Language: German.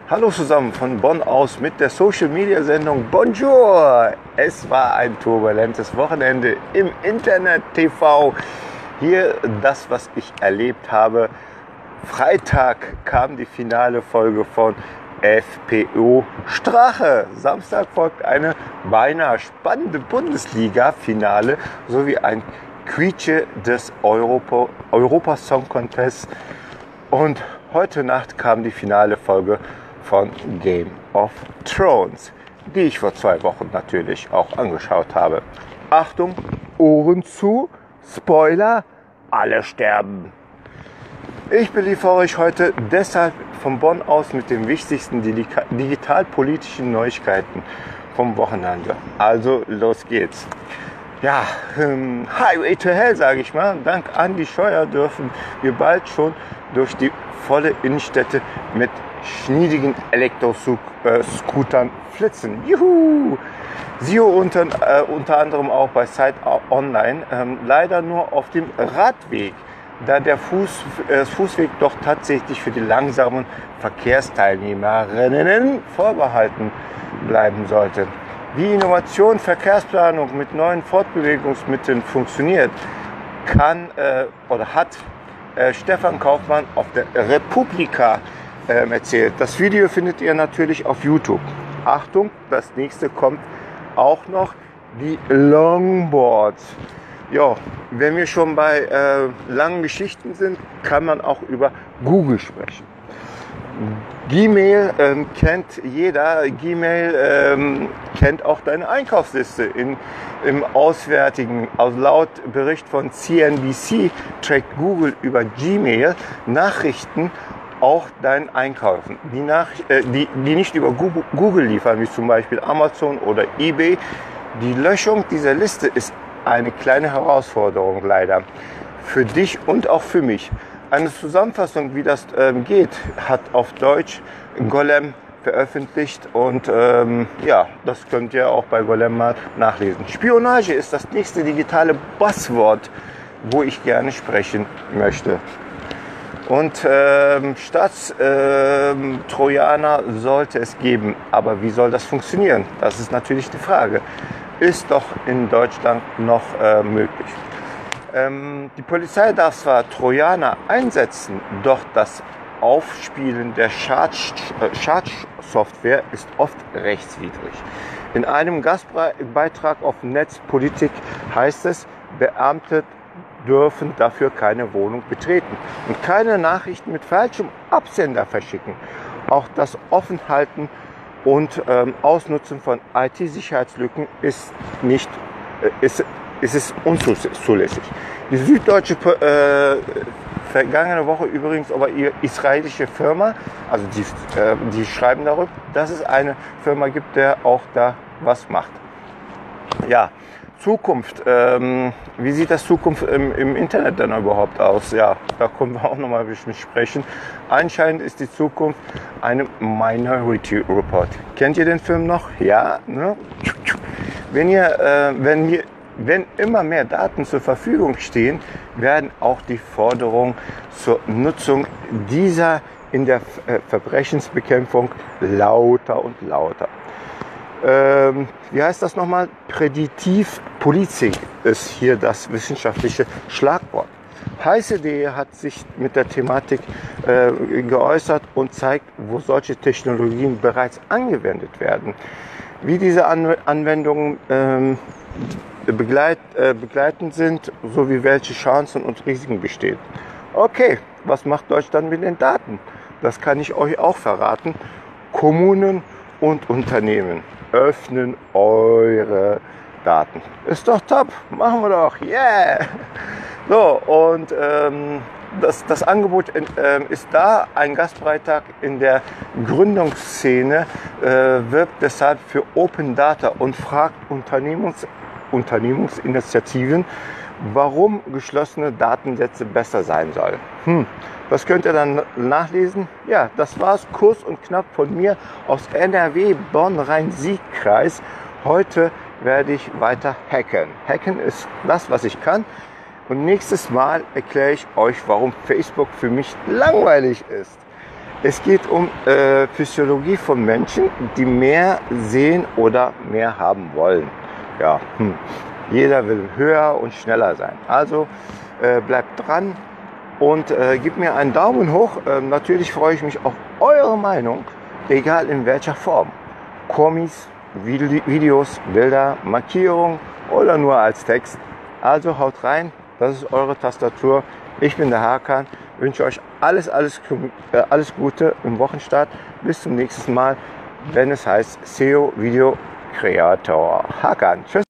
Hallo zusammen von Bonn aus mit der Social Media Sendung Bonjour. Es war ein turbulentes Wochenende im Internet TV. Hier das, was ich erlebt habe. Freitag kam die finale Folge von FPO Strache. Samstag folgt eine beinahe spannende Bundesliga-Finale sowie ein Quietsche des Europa Song Contest. Und heute Nacht kam die finale Folge von Game of Thrones, die ich vor 2 Wochen natürlich auch angeschaut habe. Achtung, Ohren zu, Spoiler, alle sterben. Ich beliefere euch heute deshalb von Bonn aus mit den wichtigsten digitalpolitischen Neuigkeiten vom Wochenende. Also los geht's. Ja, Highway to Hell, sage ich mal. Dank Andi Scheuer dürfen wir bald schon durch die volle Innenstädte mit schniedigen Elektroscootern flitzen. Juhu! Siehe unter anderem auch bei Site Online, leider nur auf dem Radweg, da der Fußweg doch tatsächlich für die langsamen Verkehrsteilnehmerinnen vorbehalten bleiben sollte. Wie Innovation Verkehrsplanung mit neuen Fortbewegungsmitteln funktioniert, hat Stefan Kaufmann auf der Republika erzählt. Das Video findet ihr natürlich auf YouTube. Achtung, das nächste kommt auch noch, die Longboards. Ja, wenn wir schon bei langen Geschichten sind, kann man auch über Google sprechen. Gmail kennt jeder. Gmail kennt auch deine Einkaufsliste im Auswärtigen. Also laut Bericht von CNBC trägt Google über Gmail Nachrichten auch dein Einkaufen. Die nicht über Google liefern, wie zum Beispiel Amazon oder eBay. Die Löschung dieser Liste ist eine kleine Herausforderung leider. Für dich und auch für mich. Eine Zusammenfassung, wie das geht, hat auf Deutsch Golem veröffentlicht und ja, das könnt ihr auch bei Golem mal nachlesen. Spionage ist das nächste digitale Buzzword, wo ich gerne sprechen möchte. Und Staatstrojaner sollte es geben, aber wie soll das funktionieren? Das ist natürlich die Frage. Ist doch in Deutschland noch möglich. Die Polizei darf zwar Trojaner einsetzen, doch das Aufspielen der Schadsoftware ist oft rechtswidrig. In einem Gastbeitrag auf Netzpolitik heißt es, Beamte dürfen dafür keine Wohnung betreten und keine Nachrichten mit falschem Absender verschicken. Auch das Offenhalten und Ausnutzen von IT-Sicherheitslücken ist unzulässig. Die Süddeutsche vergangene Woche übrigens aber ihre israelische Firma, also die schreiben darüber, dass es eine Firma gibt, der auch da was macht. Ja, Zukunft. Wie sieht das Zukunft im Internet dann überhaupt aus? Ja, da können wir auch nochmal ein bisschen sprechen. Anscheinend ist die Zukunft eine Minority Report. Kennt ihr den Film noch? Ja, ne? Wenn immer mehr Daten zur Verfügung stehen, werden auch die Forderungen zur Nutzung dieser in der Verbrechensbekämpfung lauter und lauter. Wie heißt das nochmal? Prädiktiv Policing ist hier das wissenschaftliche Schlagwort. Heiße.de hat sich mit der Thematik geäußert und zeigt, wo solche Technologien bereits angewendet werden. Wie diese Anwendungen begleitend sind, sowie welche Chancen und Risiken bestehen. Okay, was macht Deutschland mit den Daten? Das kann ich euch auch verraten. Kommunen und Unternehmen öffnen eure Daten. Ist doch top, machen wir doch, yeah! So, und das Angebot ist da. Ein Gastbeitrag in der Gründungsszene wirbt deshalb für Open Data und fragt Unternehmensinitiativen, warum geschlossene Datensätze besser sein sollen. Das könnt ihr dann nachlesen. Ja, das war's kurz und knapp von mir aus NRW, Bonn-Rhein-Sieg-Kreis. Heute werde ich weiter hacken. Hacken ist das, was ich kann. Und nächstes Mal erkläre ich euch, warum Facebook für mich langweilig ist. Es geht um Physiologie von Menschen, die mehr sehen oder mehr haben wollen. Ja, jeder will höher und schneller sein. Also bleibt dran und gebt mir einen Daumen hoch. Natürlich freue ich mich auf eure Meinung, egal in welcher Form. Kommis, Videos, Bilder, Markierungen oder nur als Text. Also haut rein, das ist eure Tastatur. Ich bin der Hakan, wünsche euch alles Gute im Wochenstart. Bis zum nächsten Mal, wenn es heißt SEO Video Creator Hakan. Tschüss.